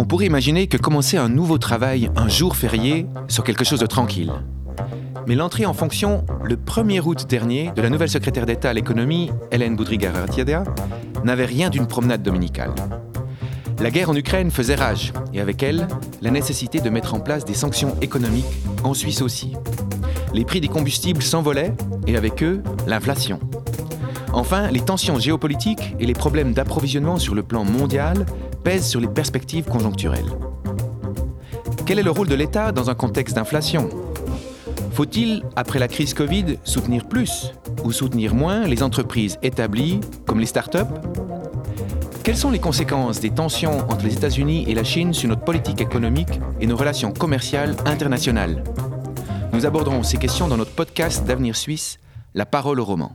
pourrait imaginer que commencer un nouveau travail un jour férié soit quelque chose de tranquille. Mais l'entrée en fonction, le 1er août dernier, de la nouvelle secrétaire d'État à l'économie, Hélène Boudrigar-Artiada, n'avait rien d'une promenade dominicale. La guerre en Ukraine faisait rage, et avec elle, la nécessité de mettre en place des sanctions économiques, en Suisse aussi. Les prix des combustibles s'envolaient, et avec eux, l'inflation. Enfin, les tensions géopolitiques et les problèmes d'approvisionnement sur le plan mondial pèsent sur les perspectives conjoncturelles. Quel est le rôle de l'État dans un contexte d'inflation ? Faut-il, après la crise Covid, soutenir plus ou soutenir moins les entreprises établies, comme les startups ? Quelles sont les conséquences des tensions entre les États-Unis et la Chine sur notre politique économique et nos relations commerciales internationales ? Nous aborderons ces questions dans notre podcast d'Avenir Suisse, La parole au roman.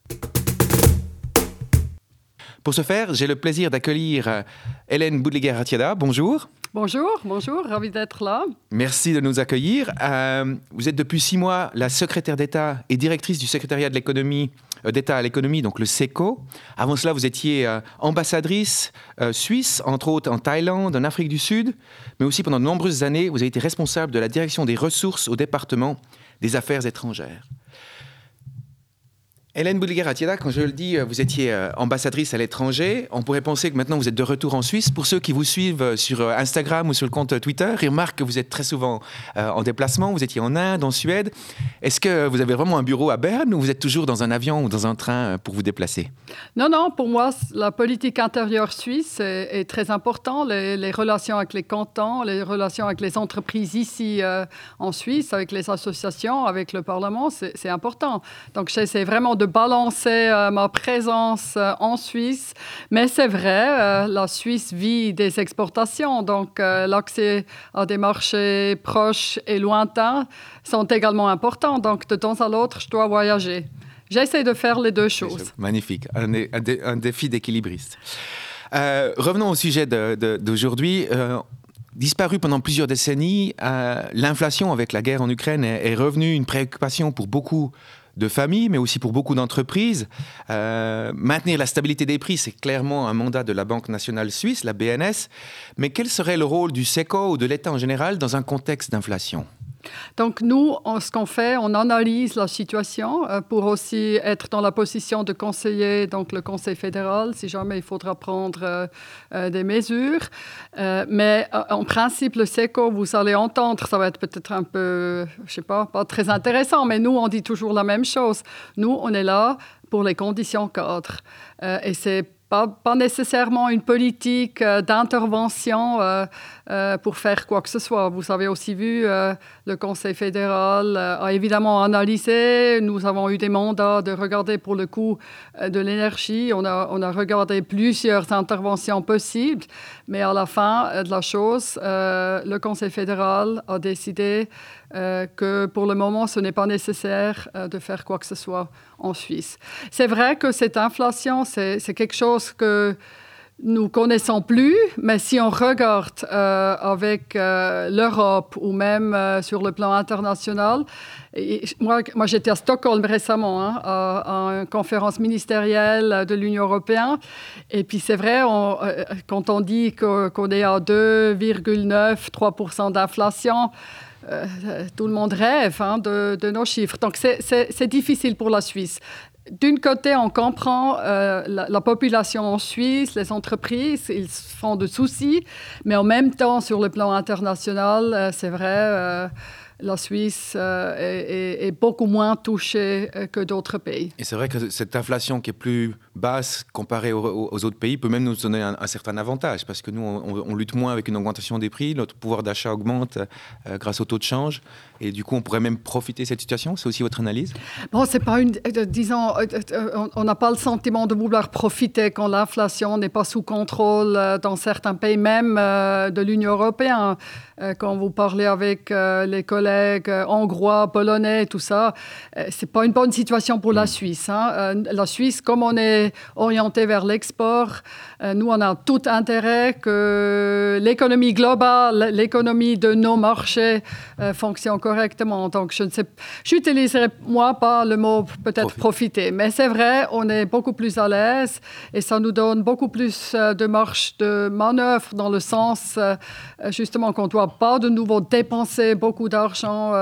Pour ce faire, j'ai le plaisir d'accueillir Hélène Boudrigar-Artiada. Bonjour. Bonjour, ravi d'être là. Merci de nous accueillir. Vous êtes depuis 6 mois la secrétaire d'État et directrice du secrétariat de l'économie, d'État à l'économie, donc le SECO. Avant cela, vous étiez ambassadrice suisse, entre autres en Thaïlande, en Afrique du Sud, mais aussi pendant de nombreuses années, vous avez été responsable de la direction des ressources au département des affaires étrangères. Hélène Boudrigar-Artiada, quand je le dis, vous étiez ambassadrice à l'étranger. On pourrait penser que maintenant vous êtes de retour en Suisse. Pour ceux qui vous suivent sur Instagram ou sur le compte Twitter, ils remarquent que vous êtes très souvent en déplacement. Vous étiez en Inde, en Suède. Est-ce que vous avez vraiment un bureau à Berne ou vous êtes toujours dans un avion ou dans un train pour vous déplacer ? Non, pour moi, la politique intérieure suisse est très importante. Les relations avec les cantons, les relations avec les entreprises ici en Suisse, avec les associations, avec le Parlement, c'est important. Donc, j'essaie vraiment de balancer ma présence en Suisse. Mais c'est vrai, la Suisse vit des exportations. Donc, l'accès à des marchés proches et lointains sont également importants. Donc, de temps à l'autre, je dois voyager. J'essaie de faire les deux choses. Magnifique, un défi d'équilibriste. Revenons au sujet d'aujourd'hui. Disparu pendant plusieurs décennies, l'inflation avec la guerre en Ukraine est revenue une préoccupation pour beaucoup de familles, mais aussi pour beaucoup d'entreprises. Maintenir la stabilité des prix, c'est clairement un mandat de la Banque nationale suisse, la BNS. Mais quel serait le rôle du SECO ou de l'État en général dans un contexte d'inflation ? Donc, nous, ce qu'on fait, on analyse la situation pour aussi être dans la position de conseiller, donc le Conseil fédéral, si jamais il faudra prendre des mesures. Mais en principe, le SECO, vous allez entendre, ça va être peut-être un peu, je sais pas très intéressant, mais nous, on dit toujours la même chose. Nous, on est là pour les conditions cadres. Et c'est pas nécessairement une politique d'intervention pour faire quoi que ce soit. Vous avez aussi vu, le Conseil fédéral a évidemment analysé. Nous avons eu des mandats de regarder pour le coût de l'énergie. On a regardé plusieurs interventions possibles. Mais à la fin de la chose, le Conseil fédéral a décidé que pour le moment, ce n'est pas nécessaire de faire quoi que ce soit en Suisse. C'est vrai que cette inflation, c'est quelque chose que nous connaissons plus, mais si on regarde avec l'Europe ou même sur le plan international, moi j'étais à Stockholm récemment à une conférence ministérielle de l'Union européenne, et puis c'est vrai, quand on dit qu'on est à 2,9-3% d'inflation, tout le monde rêve de nos chiffres. Donc c'est difficile pour la Suisse. D'un côté, on comprend la population en Suisse, les entreprises, ils font de soucis, mais en même temps, sur le plan international, c'est vrai, la Suisse est beaucoup moins touchée que d'autres pays. Et c'est vrai que cette inflation qui est plus basse comparée aux autres pays peut même nous donner un certain avantage, parce que nous, on lutte moins avec une augmentation des prix, notre pouvoir d'achat augmente grâce au taux de change, et du coup, on pourrait même profiter de cette situation. C'est aussi votre analyse ? Bon, c'est pas disons, on n'a pas le sentiment de vouloir profiter quand l'inflation n'est pas sous contrôle dans certains pays, même de l'Union européenne. Quand vous parlez avec les collègues collègues hongrois, polonais, tout ça, c'est pas une bonne situation pour la Suisse. La Suisse, comme on est orienté vers l'export, nous, on a tout intérêt que l'économie globale, l'économie de nos marchés fonctionne correctement. Donc, j'utiliserai, moi, pas le mot peut-être profiter, mais c'est vrai, on est beaucoup plus à l'aise et ça nous donne beaucoup plus de marge de manœuvre dans le sens, justement, qu'on ne doit pas de nouveau dépenser beaucoup d'argent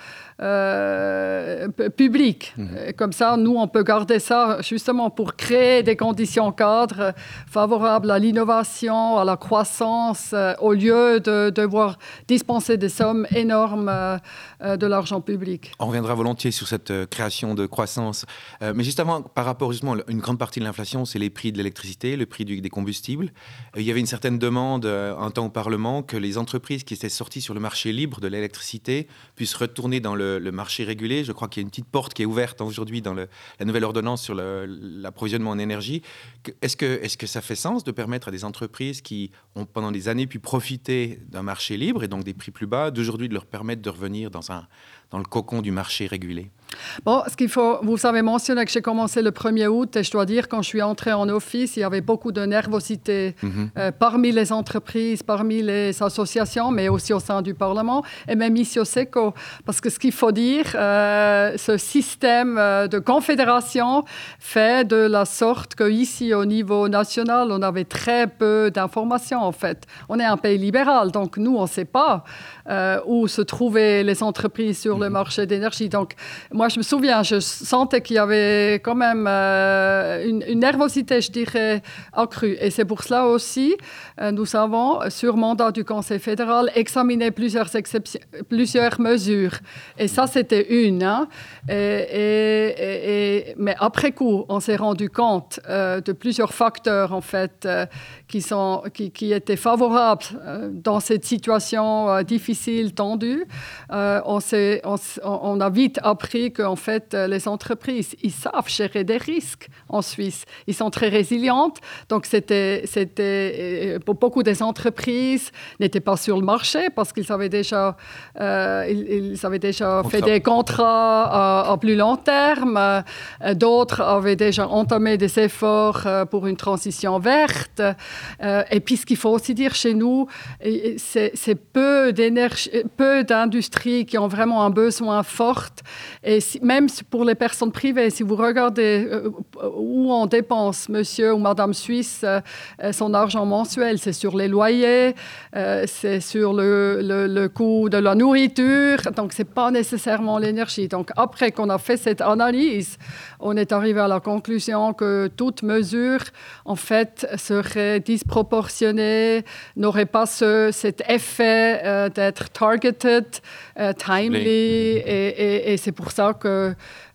public. Comme ça, nous, on peut garder ça justement pour créer des conditions cadres favorables à l'innovation, à la croissance, au lieu de devoir dispenser des sommes énormes de l'argent public. On reviendra volontiers sur cette création de croissance. Mais justement, par rapport justement, une grande partie de l'inflation, c'est les prix de l'électricité, le prix des combustibles. Il y avait une certaine demande un temps au Parlement que les entreprises qui étaient sorties sur le marché libre de l'électricité puissent retourner dans le marché régulé. Je crois qu'il y a une petite porte qui est ouverte aujourd'hui dans la nouvelle ordonnance sur l'approvisionnement en énergie. Est-ce que ça fait sens de permettre à des entreprises qui ont pendant des années pu profiter d'un marché libre et donc des prix plus bas, d'aujourd'hui de leur permettre de revenir dans le cocon du marché régulé? Bon, vous avez mentionné que j'ai commencé le 1er août et je dois dire, quand je suis entrée en office, il y avait beaucoup de nervosité parmi les entreprises, parmi les associations, mais aussi au sein du Parlement et même ici au SECO. Parce que ce qu'il faut dire, ce système de confédération fait de la sorte qu'ici, au niveau national, on avait très peu d'informations, en fait. On est un pays libéral, donc nous, on ne sait pas où se trouvaient les entreprises sur le marché d'énergie. Donc, moi, je me souviens, je sentais qu'il y avait quand même une nervosité, je dirais, accrue. Et c'est pour cela aussi, nous avons, sur mandat du Conseil fédéral, examiné plusieurs mesures. Et ça, c'était une. Mais après coup, on s'est rendu compte de plusieurs facteurs, en fait, qui étaient favorables dans cette situation difficile, tendue. On a vite appris qu'en fait, les entreprises, ils savent gérer des risques en Suisse. Ils sont très résilientes. Donc, pour beaucoup des entreprises, n'étaient pas sur le marché parce qu'ils avaient déjà, fait des contrats à plus long terme. D'autres avaient déjà entamé des efforts pour une transition verte. Et puis, ce qu'il faut aussi dire chez nous, c'est peu d'industries qui ont vraiment un besoin fort. Et même pour les personnes privées, si vous regardez où on dépense, monsieur ou madame Suisse, son argent mensuel, c'est sur les loyers, c'est sur le coût de la nourriture, donc ce n'est pas nécessairement l'énergie. Donc après qu'on a fait cette analyse, on est arrivé à la conclusion que toute mesure, en fait, serait disproportionnée, n'aurait pas cet effet d'être targeted, timely, et c'est pour ça que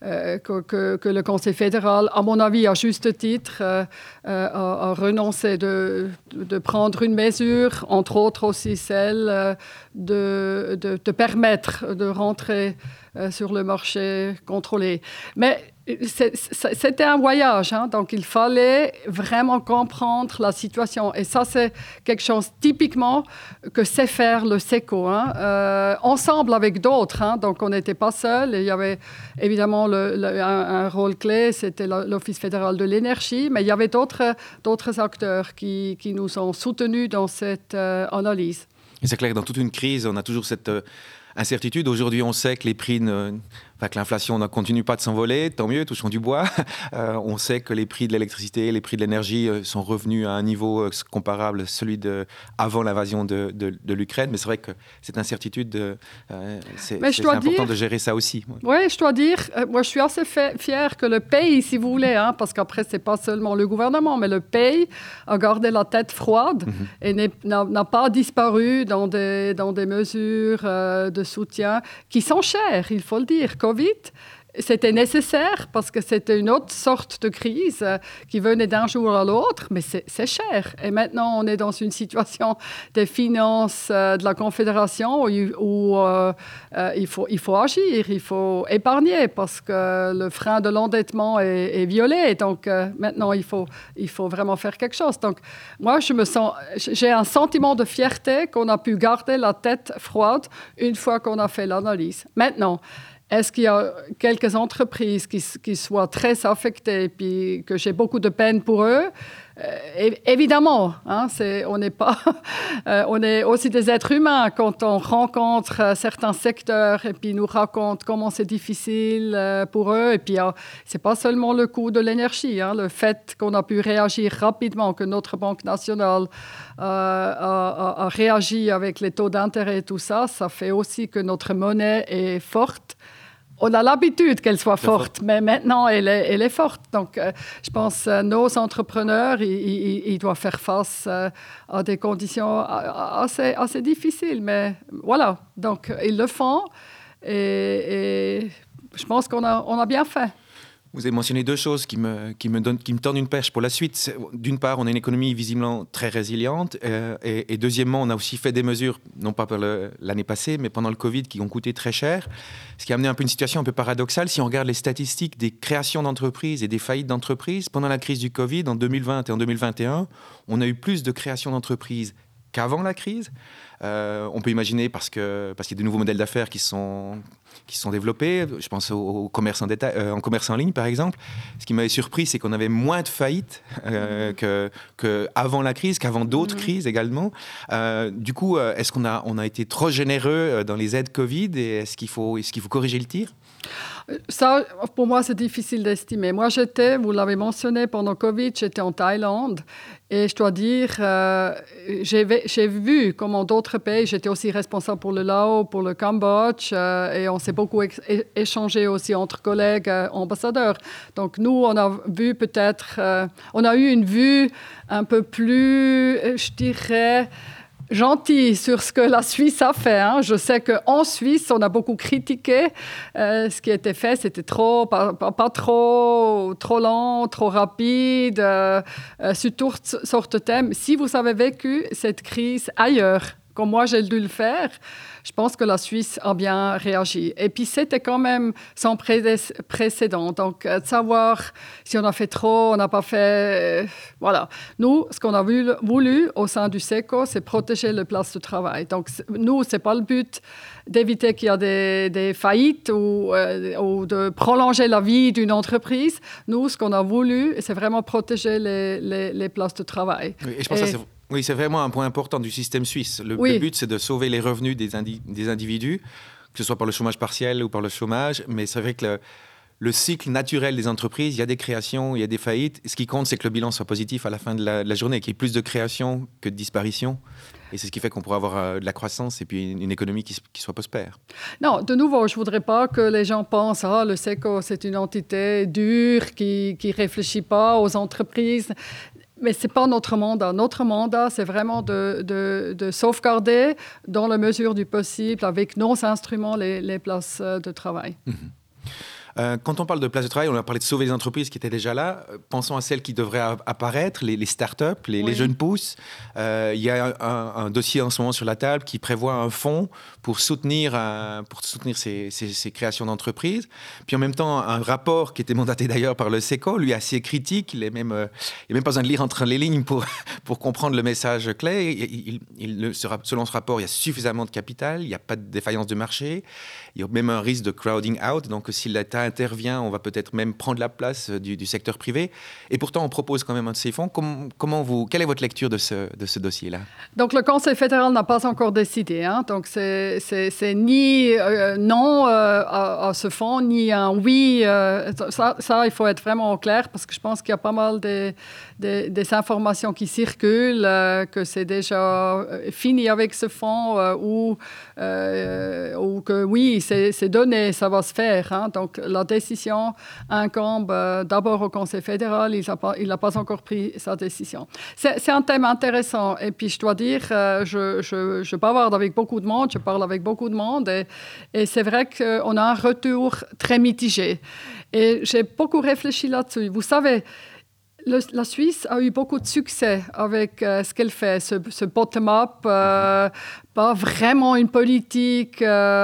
le Conseil fédéral, à mon avis, à juste titre, a renoncé de prendre une mesure, entre autres aussi celle de permettre de rentrer sur le marché contrôlé. Mais c'était un voyage, donc il fallait vraiment comprendre la situation. Et ça, c'est quelque chose typiquement que sait faire le SECO, ensemble avec d'autres. Donc on n'était pas seuls. Il y avait évidemment un rôle clé, c'était l'Office fédéral de l'énergie, mais il y avait d'autres acteurs qui nous ont soutenus dans cette analyse. Et c'est clair que dans toute une crise, on a toujours cette incertitude. Aujourd'hui, on sait que que l'inflation ne continue pas de s'envoler, tant mieux, touchons du bois. On sait que les prix de l'électricité, les prix de l'énergie sont revenus à un niveau comparable à celui avant l'invasion de l'Ukraine. Mais c'est vrai que cette incertitude, c'est important de gérer ça aussi. Oui, je dois dire, moi je suis assez fière que le pays, si vous voulez, parce qu'après, ce n'est pas seulement le gouvernement, mais le pays a gardé la tête froide et n'a pas disparu dans des mesures de soutien qui sont chères, il faut le dire. Covid c'était nécessaire parce que c'était une autre sorte de crise qui venait d'un jour à l'autre, mais c'est cher. Et maintenant, on est dans une situation des finances de la Confédération où il faut agir, il faut épargner parce que le frein de l'endettement est violé. Donc, maintenant, il faut vraiment faire quelque chose. Donc, moi, j'ai un sentiment de fierté qu'on a pu garder la tête froide une fois qu'on a fait l'analyse. Maintenant, est-ce qu'il y a quelques entreprises qui soient très affectées et que j'ai beaucoup de peine pour eux? Évidemment, hein, on est aussi des êtres humains quand on rencontre certains secteurs et puis nous racontent comment c'est difficile pour eux. Et puis, c'est pas seulement le coût de l'énergie, hein, le fait qu'on a pu réagir rapidement, que notre Banque nationale a réagi avec les taux d'intérêt et tout ça, ça fait aussi que notre monnaie est forte. On a l'habitude qu'elle soit forte, mais maintenant, elle est forte. Donc, je pense que nos entrepreneurs, ils doivent faire face à des conditions assez difficiles. Mais voilà, donc ils le font et je pense qu'on a bien fait. Vous avez mentionné deux choses qui me tendent une perche pour la suite. D'une part, on a une économie visiblement très résiliente et deuxièmement, on a aussi fait des mesures, non pas pour l'année passée, mais pendant le Covid, qui ont coûté très cher, ce qui a amené un peu une situation un peu paradoxale. Si on regarde les statistiques des créations d'entreprises et des faillites d'entreprises, pendant la crise du Covid, en 2020 et en 2021, on a eu plus de créations d'entreprises qu'avant la crise. On peut imaginer parce qu'il y a de nouveaux modèles d'affaires qui sont développés. Je pense au commerce en commerce en ligne, par exemple. Ce qui m'avait surpris, c'est qu'on avait moins de faillites qu'avant la crise, qu'avant d'autres crises également. Du coup, est-ce qu'on a été trop généreux dans les aides Covid et est-ce qu'il faut corriger le tir ? Ça, pour moi, c'est difficile d'estimer. Moi, vous l'avez mentionné, pendant Covid, j'étais en Thaïlande. Et je dois dire, j'ai vu comment d'autres pays, j'étais aussi responsable pour le Laos, pour le Cambodge, et on s'est beaucoup échangé aussi entre collègues ambassadeurs. Donc, nous, on a vu on a eu une vue un peu plus, je dirais, gentil sur ce que la Suisse a fait. Hein. Je sais qu'en Suisse, on a beaucoup critiqué ce qui était fait. C'était pas trop lent, trop rapide, sur toutes sortes de thèmes. Si vous avez vécu cette crise ailleurs, comme moi j'ai dû le faire, je pense que la Suisse a bien réagi. Et puis, c'était quand même sans précédent. Donc, de savoir si on a fait trop, on n'a pas fait... voilà. Nous, ce qu'on a voulu au sein du SECO, c'est protéger les places de travail. Donc, nous, ce n'est pas le but d'éviter qu'il y ait des faillites ou de prolonger la vie d'une entreprise. Nous, ce qu'on a voulu, c'est vraiment protéger les places de travail. Oui, et je pense que oui, c'est vraiment un point important du système suisse. Le but, c'est de sauver les revenus des individus, que ce soit par le chômage partiel ou par le chômage. Mais c'est vrai que le cycle naturel des entreprises, il y a des créations, il y a des faillites. Ce qui compte, c'est que le bilan soit positif à la fin de la journée, qu'il y ait plus de créations que de disparitions. Et c'est ce qui fait qu'on pourra avoir de la croissance et puis une économie qui soit prospère. Non, de nouveau, je ne voudrais pas que les gens pensent « le SECO, c'est une entité dure qui ne réfléchit pas aux entreprises ». Mais ce n'est pas notre mandat. Notre mandat, c'est vraiment de sauvegarder, dans la mesure du possible, avec nos instruments, les places de travail. Quand on parle de places de travail, on a parlé de sauver les entreprises qui étaient déjà là. Pensons à celles qui devraient apparaître, les start-up, les jeunes pousses. Il y a un dossier en ce moment sur la table qui prévoit un fonds pour soutenir ces créations d'entreprises. Puis en même temps, un rapport qui était mandaté d'ailleurs par le SECO, lui assez critique. Il n'y a même pas besoin de lire entre les lignes pour comprendre le message clé. Selon ce rapport, il y a suffisamment de capital, il n'y a pas de défaillance de marché. Il y a même un risque de crowding out. Donc, si l'État intervient, on va peut-être même prendre la place du secteur privé. Et pourtant, on propose quand même un de ces fonds. Quelle est votre lecture de ce dossier-là? Donc, le Conseil fédéral n'a pas encore décidé. Hein. Donc, c'est ni non à ce fonds, ni un oui. Ça, il faut être vraiment clair parce que je pense qu'il y a pas mal des informations qui circulent, que c'est déjà fini avec ce fonds ou que oui, c'est donné, ça va se faire. Hein. Donc, la décision incombe d'abord au Conseil fédéral. Il n'a pas encore pris sa décision. C'est un thème intéressant. Et puis, je dois dire, je bavarde avec beaucoup de monde, je parle avec beaucoup de monde. Et c'est vrai qu'on a un retour très mitigé. Et j'ai beaucoup réfléchi là-dessus. Vous savez, la Suisse a eu beaucoup de succès avec ce qu'elle fait, ce bottom-up, pas vraiment une politique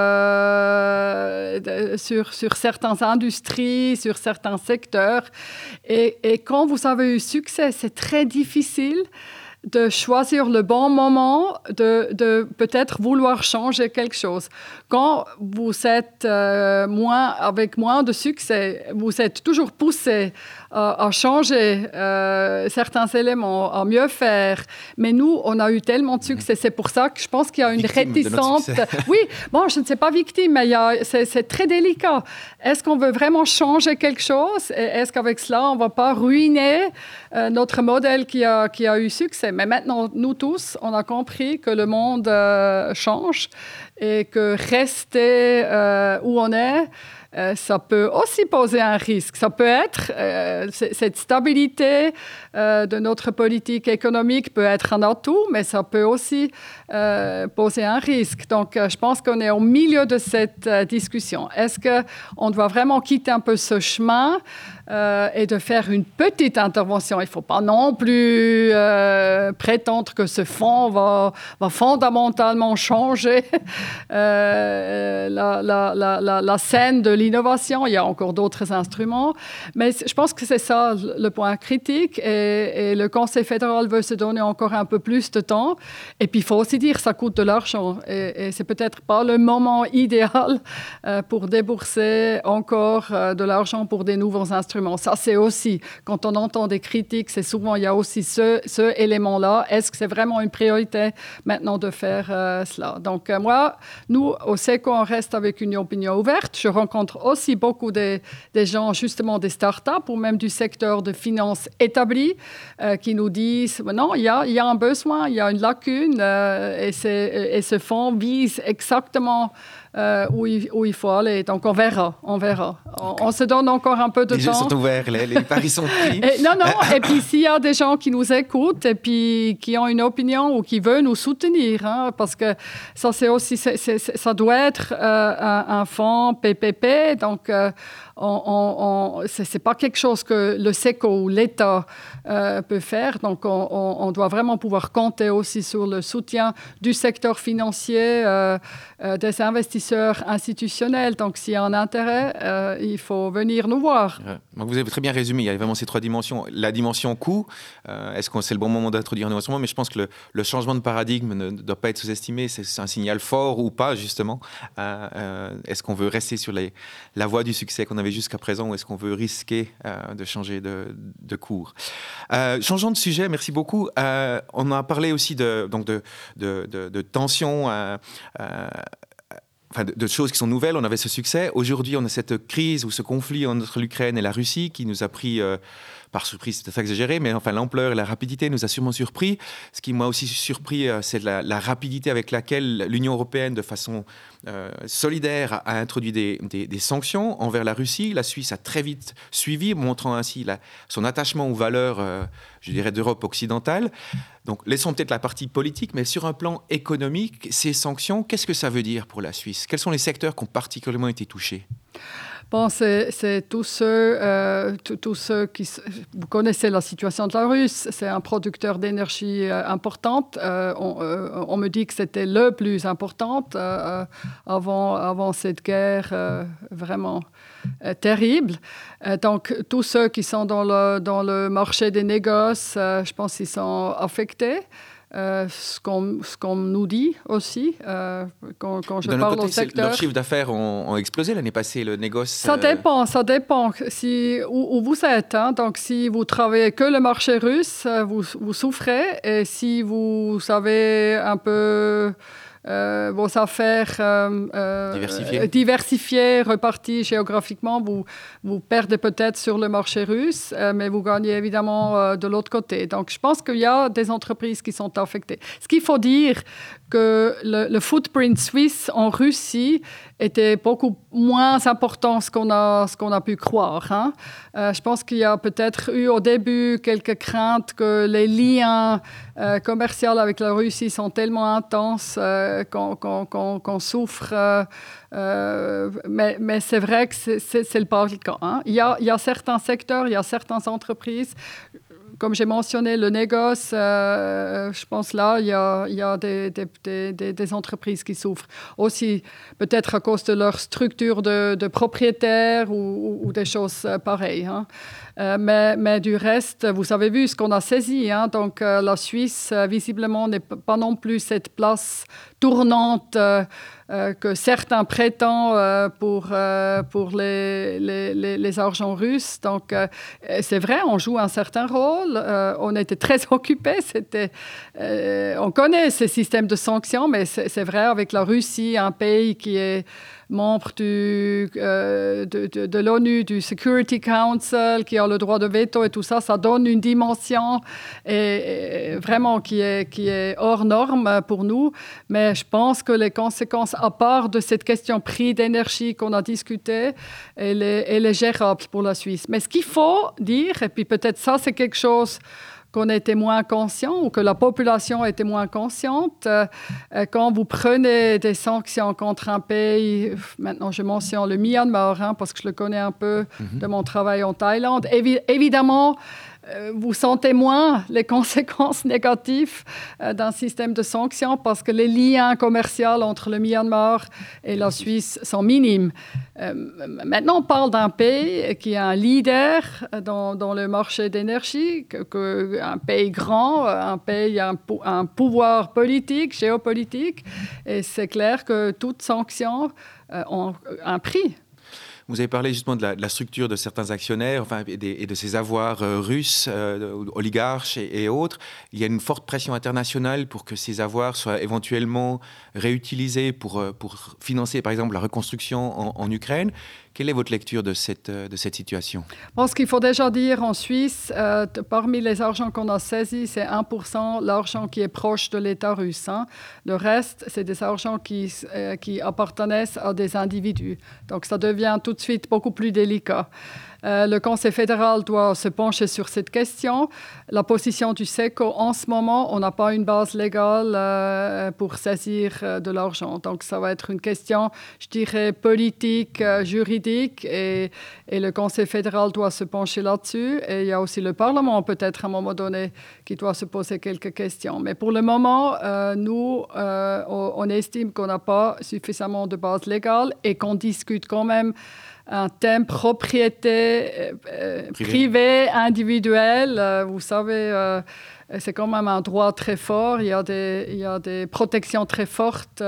sur certaines industries, sur certains secteurs. Et quand vous avez eu succès, c'est très difficile de choisir le bon moment, de peut-être vouloir changer quelque chose. Quand vous êtes avec moins de succès, vous êtes toujours poussé à changer certains éléments, à mieux faire. Mais nous, on a eu tellement de succès. C'est pour ça que je pense qu'il y a une réticence. Oui, bon, je ne sais pas victime, mais c'est très délicat. Est-ce qu'on veut vraiment changer quelque chose? Et est-ce qu'avec cela, on ne va pas ruiner notre modèle qui a eu succès? Mais maintenant, nous tous, on a compris que le monde change et que rester où on est, ça peut aussi poser un risque. Ça peut être, cette stabilité de notre politique économique peut être un atout, mais ça peut aussi poser un risque. Donc, je pense qu'on est au milieu de cette discussion. Est-ce qu'on doit vraiment quitter un peu ce chemin et de faire une petite intervention? Il ne faut pas non plus prétendre que ce fonds va fondamentalement changer la scène de l'innovation. Il y a encore d'autres instruments. Mais je pense que c'est ça le point critique. Et le Conseil fédéral veut se donner encore un peu plus de temps. Et puis, il faut aussi dire que ça coûte de l'argent. Et c'est peut-être pas le moment idéal pour débourser encore de l'argent pour des nouveaux instruments. Ça, c'est aussi, quand on entend des critiques, c'est souvent, il y a aussi ce élément-là. Est-ce que c'est vraiment une priorité maintenant de faire cela? Donc, nous, au SECO, on reste avec une opinion ouverte. Je rencontre aussi beaucoup des gens, justement, des startups ou même du secteur de finances établi qui nous disent non, il y a un besoin, il y a une lacune et ce fonds vise exactement où il faut aller. Donc, on verra. On se donne encore un peu de temps. Les jeux sont ouverts, les paris sont pris. Non. Et puis, s'il y a des gens qui nous écoutent et puis qui ont une opinion ou qui veulent nous soutenir, parce que ça, c'est aussi, ça doit être un fonds PPP. Donc, c'est pas quelque chose que le SECO ou l'État peut faire. Donc, on doit vraiment pouvoir compter aussi sur le soutien du secteur financier, des investisseurs institutionnels. Donc, s'il y a un intérêt, il faut venir nous voir. Donc, vous avez très bien résumé. Il y a vraiment ces trois dimensions. La dimension coût, est-ce que c'est le bon moment d'introduire un instrument? Mais je pense que le changement de paradigme ne doit pas être sous-estimé. C'est un signal fort ou pas, justement. Est-ce qu'on veut rester sur la voie du succès qu'on avait jusqu'à présent ou est-ce qu'on veut risquer de changer de cours? Changeons de sujet, merci beaucoup. On a parlé aussi de tensions, de choses qui sont nouvelles. On avait ce succès. Aujourd'hui, on a cette crise ou ce conflit entre l'Ukraine et la Russie qui nous a pris par surprise, c'est peut-être exagéré, mais enfin l'ampleur et la rapidité nous a sûrement surpris. Ce qui m'a aussi surpris, c'est la rapidité avec laquelle l'Union européenne, de façon solidaire, a introduit des sanctions envers la Russie. La Suisse a très vite suivi, montrant ainsi son attachement aux valeurs, je dirais, d'Europe occidentale. Donc, laissons peut-être la partie politique, mais sur un plan économique, ces sanctions, qu'est-ce que ça veut dire pour la Suisse? Quels sont les secteurs qui ont particulièrement été touchés? Bon, c'est tous ceux qui... Vous connaissez la situation de la Russe. C'est un producteur d'énergie importante. On me dit que c'était le plus important avant cette guerre vraiment terrible. Donc, tous ceux qui sont dans le marché des négoces, je pense qu'ils sont affectés. Ce qu'on nous dit aussi quand je parle au secteur. Leurs chiffres d'affaires ont explosé l'année passée, le négoce. Ça dépend où vous êtes. Donc, si vous travaillez que le marché russe, vous souffrez. Et si vous savez un peu vos affaires diversifiées, reparties géographiquement, vous perdez peut-être sur le marché russe, mais vous gagnez évidemment de l'autre côté. Donc, je pense qu'il y a des entreprises qui sont affectées. Ce qu'il faut dire, que le footprint suisse en Russie était beaucoup moins important qu'on a pu croire. Hein. Je pense qu'il y a peut-être eu au début quelques craintes que les liens commerciaux avec la Russie sont tellement intenses qu'on souffre. Mais c'est vrai que c'est pas le cas. Hein. Il y a certains secteurs, il y a certaines entreprises. Comme j'ai mentionné, le négoce, je pense là, il y a des entreprises qui souffrent. Aussi, peut-être à cause de leur structure de propriétaires ou des choses pareilles. Hein. Mais du reste, vous avez vu ce qu'on a saisi. Hein. Donc, la Suisse, visiblement, n'est pas non plus cette place tournante que certains prétendent pour les argents russes. Donc, c'est vrai, on joue un certain rôle. On était très occupés. On connaît ces systèmes de sanctions, mais c'est vrai, avec la Russie, un pays qui est membre de l'ONU, du Security Council, qui a le droit de veto et tout ça, ça donne une dimension et vraiment qui est hors norme pour nous. Mais je pense que les conséquences, à part de cette question prix d'énergie qu'on a discuté, elle est gérable pour la Suisse. Mais ce qu'il faut dire, et puis peut-être ça c'est quelque chose qu'on était moins conscient ou que la population était moins consciente. Quand vous prenez des sanctions contre un pays, maintenant je mentionne le Myanmar, hein, parce que je le connais un peu de mon travail en Thaïlande, évidemment, vous sentez moins les conséquences négatives d'un système de sanctions parce que les liens commerciaux entre le Myanmar et la Suisse sont minimes. Maintenant, on parle d'un pays qui est un leader dans le marché d'énergie, un pays grand, un pays a un pouvoir politique, géopolitique, et c'est clair que toutes sanctions ont un prix. Vous avez parlé justement de la structure de certains actionnaires et de ces avoirs russes, oligarches et autres. Il y a une forte pression internationale pour que ces avoirs soient éventuellement réutilisés pour financer, par exemple, la reconstruction en Ukraine. Quelle est votre lecture de cette situation? Je pense qu'il faut déjà dire en Suisse, parmi les argents qu'on a saisis, c'est 1% l'argent qui est proche de l'État russe. Hein. Le reste, c'est des argents qui appartenaient à des individus. Donc ça devient tout de suite beaucoup plus délicat. Le Conseil fédéral doit se pencher sur cette question. La position du SECO, en ce moment, on n'a pas une base légale pour saisir de l'argent. Donc, ça va être une question, je dirais, politique, juridique, et le Conseil fédéral doit se pencher là-dessus. Et il y a aussi le Parlement, peut-être, à un moment donné, qui doit se poser quelques questions. Mais pour le moment, nous, on estime qu'on n'a pas suffisamment de base légale et qu'on discute quand même un thème propriété privée, individuelle. Vous savez, c'est quand même un droit très fort. Il y a des protections très fortes.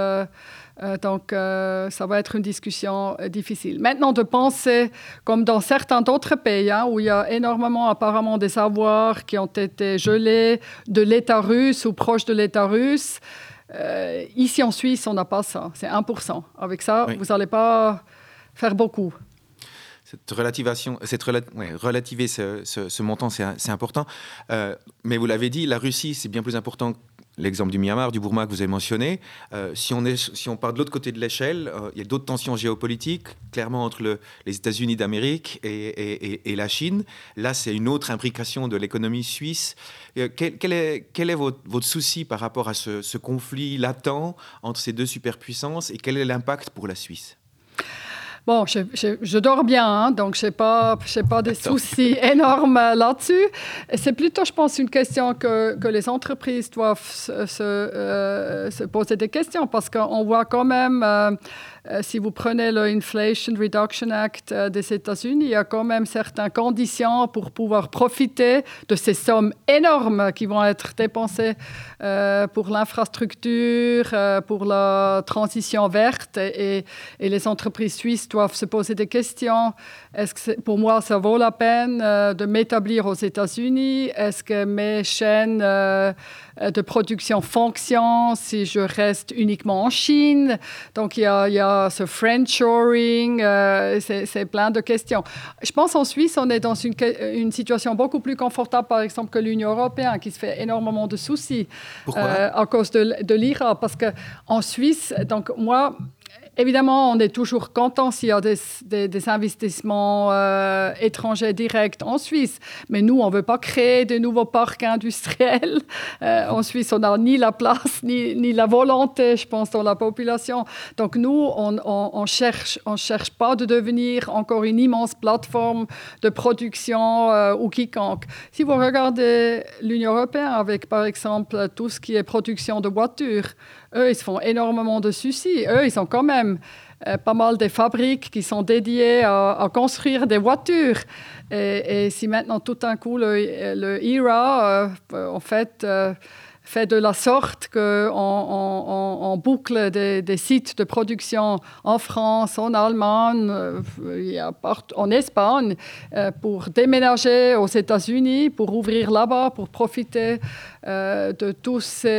Donc, ça va être une discussion difficile. Maintenant, de penser, comme dans certains autres pays, hein, où il y a énormément apparemment des avoirs qui ont été gelés de l'État russe ou proches de l'État russe, ici en Suisse, on n'a pas ça. C'est 1%. Avec ça, oui. Vous n'allez pas faire beaucoup. Relativer ce montant, c'est important. Mais vous l'avez dit, la Russie, c'est bien plus important. L'exemple du Myanmar, du Burma que vous avez mentionné. Si on part de l'autre côté de l'échelle, il y a d'autres tensions géopolitiques, clairement entre les États-Unis d'Amérique et la Chine. Là, c'est une autre imbrication de l'économie suisse. Quel est votre souci par rapport à ce conflit latent entre ces deux superpuissances et quel est l'impact pour la Suisse ? Bon, je dors bien, hein, donc je n'ai pas des soucis énormes là-dessus. C'est plutôt, je pense, une question que les entreprises doivent se poser des questions parce qu'on voit quand même, si vous prenez le Inflation Reduction Act des États-Unis, il y a quand même certaines conditions pour pouvoir profiter de ces sommes énormes qui vont être dépensées pour l'infrastructure, pour la transition verte et les entreprises suisses doivent se poser des questions. Est-ce que pour moi, ça vaut la peine de m'établir aux États-Unis? Est-ce que mes chaînes de production fonctionnent si je reste uniquement en Chine? Donc, il y a ce friendshoring, c'est plein de questions. Je pense qu'en Suisse, on est dans une situation beaucoup plus confortable, par exemple, que l'Union européenne, qui se fait énormément de soucis. Pourquoi? À cause de l'IRA. Parce qu'en Suisse, donc moi... Évidemment, on est toujours content s'il y a des investissements étrangers directs en Suisse. Mais nous, on ne veut pas créer de nouveaux parcs industriels. En Suisse, on n'a ni la place, ni la volonté, je pense, dans la population. Donc nous, on cherche pas de devenir encore une immense plateforme de production ou quiconque. Si vous regardez l'Union européenne avec, par exemple, tout ce qui est production de voitures, eux, ils se font énormément de soucis. Eux, ils ont quand même pas mal de fabriques qui sont dédiées à construire des voitures. Et si maintenant, tout d'un coup, le IRA, en fait, fait de la sorte qu'on boucle des sites de production en France, en Allemagne, en Espagne, pour déménager aux États-Unis, pour ouvrir là-bas, pour profiter de tout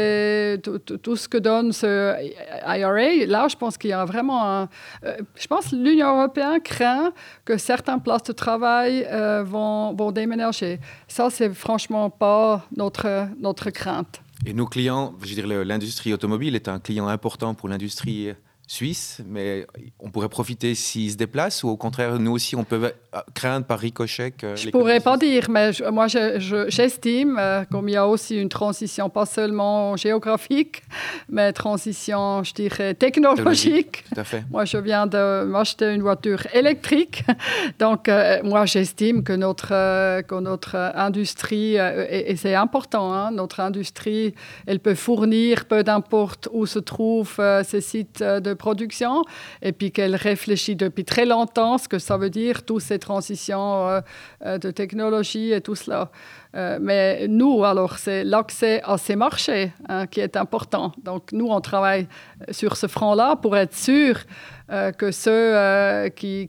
ce que donne ce IRA. Là, je pense qu'il y a vraiment je pense que l'Union européenne craint que certaines places de travail vont déménager. Ça, c'est franchement pas notre crainte. Et nos clients, je veux dire, l'industrie automobile est un client important pour l'industrie suisse, mais on pourrait profiter s'ils se déplacent, ou au contraire, nous aussi, on peut craindre par ricochet que... Je ne pourrais pas dire, mais moi, j'estime qu'il y a aussi une transition, pas seulement géographique, mais transition, je dirais, technologique. Tout à fait. Moi, je viens de m'acheter une voiture électrique. Donc, moi, j'estime que notre industrie, et c'est important, hein, notre industrie, elle peut fournir, peu d'importe où se trouvent ces sites de production, et puis qu'elle réfléchit depuis très longtemps ce que ça veut dire, toutes ces transitions de technologie et tout cela. Mais nous, alors, c'est l'accès à ces marchés qui est important. Donc, nous, on travaille sur ce front-là pour être sûr que ceux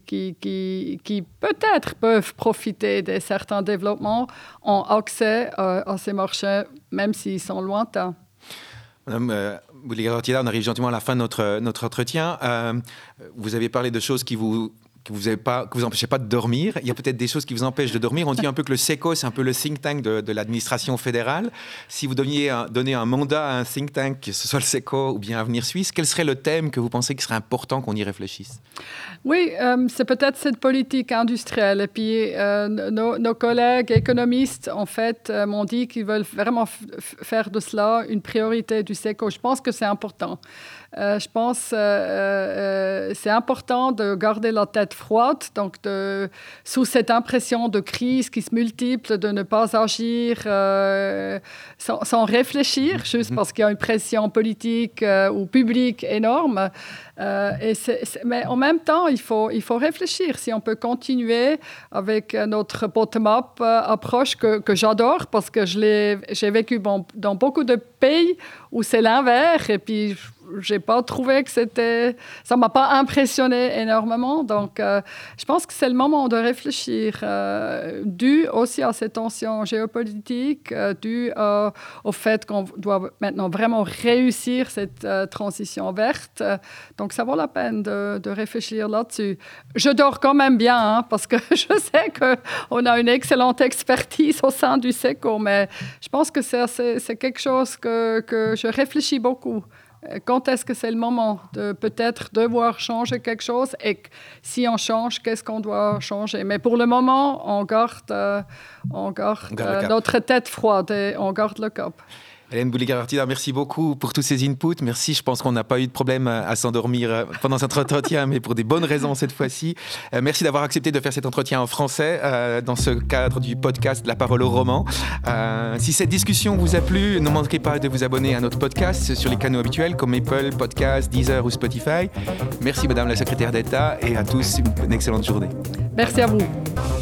qui peut-être peuvent profiter de certains développements ont accès à ces marchés, même s'ils sont lointains. Madame Budliger-Artieda, on arrive gentiment à la fin de notre entretien. Vous avez parlé de choses qui vous empêchaient pas de dormir. Il y a peut-être des choses qui vous empêchent de dormir. On dit un peu que le SECO, c'est un peu le think tank de l'administration fédérale. Si vous deviez donner un mandat à un think tank, que ce soit le SECO ou bien Avenir Suisse, quel serait le thème que vous pensez qu'il serait important qu'on y réfléchisse? Oui, c'est peut-être cette politique industrielle. Et puis, nos collègues économistes, en fait, m'ont dit qu'ils veulent vraiment faire de cela une priorité du SECO. Je pense que c'est important. Je pense que c'est important de garder la tête froide, donc sous cette impression de crise qui se multiplie, de ne pas agir sans réfléchir, juste parce qu'il y a une pression politique ou publique énorme. Mais en même temps, il faut réfléchir si on peut continuer avec notre bottom-up approche que j'adore, parce que j'ai vécu dans beaucoup de pays où c'est l'inverse, et puis j'ai pas trouvé que ça m'a pas impressionné énormément. Donc, je pense que c'est le moment de réfléchir, dû aussi à ces tensions géopolitiques, dû au fait qu'on doit maintenant vraiment réussir cette transition verte. Donc, ça vaut la peine de réfléchir là-dessus. Je dors quand même bien, hein, parce que je sais qu'on a une excellente expertise au sein du SECO, mais je pense que c'est quelque chose que je réfléchis beaucoup. Quand est-ce que c'est le moment de peut-être devoir changer quelque chose, et si on change, qu'est-ce qu'on doit changer? Mais pour le moment, on garde notre tête froide et on garde le cap. Hélène Budliger-Artieda, merci beaucoup pour tous ces inputs. Merci, je pense qu'on n'a pas eu de problème à s'endormir pendant cet entretien, mais pour des bonnes raisons cette fois-ci. Merci d'avoir accepté de faire cet entretien en français dans ce cadre du podcast La Parole au Roman. Si cette discussion vous a plu, ne manquez pas de vous abonner à notre podcast sur les canaux habituels comme Apple Podcasts, Deezer ou Spotify. Merci Madame la Secrétaire d'État, et à tous une excellente journée. Merci à vous.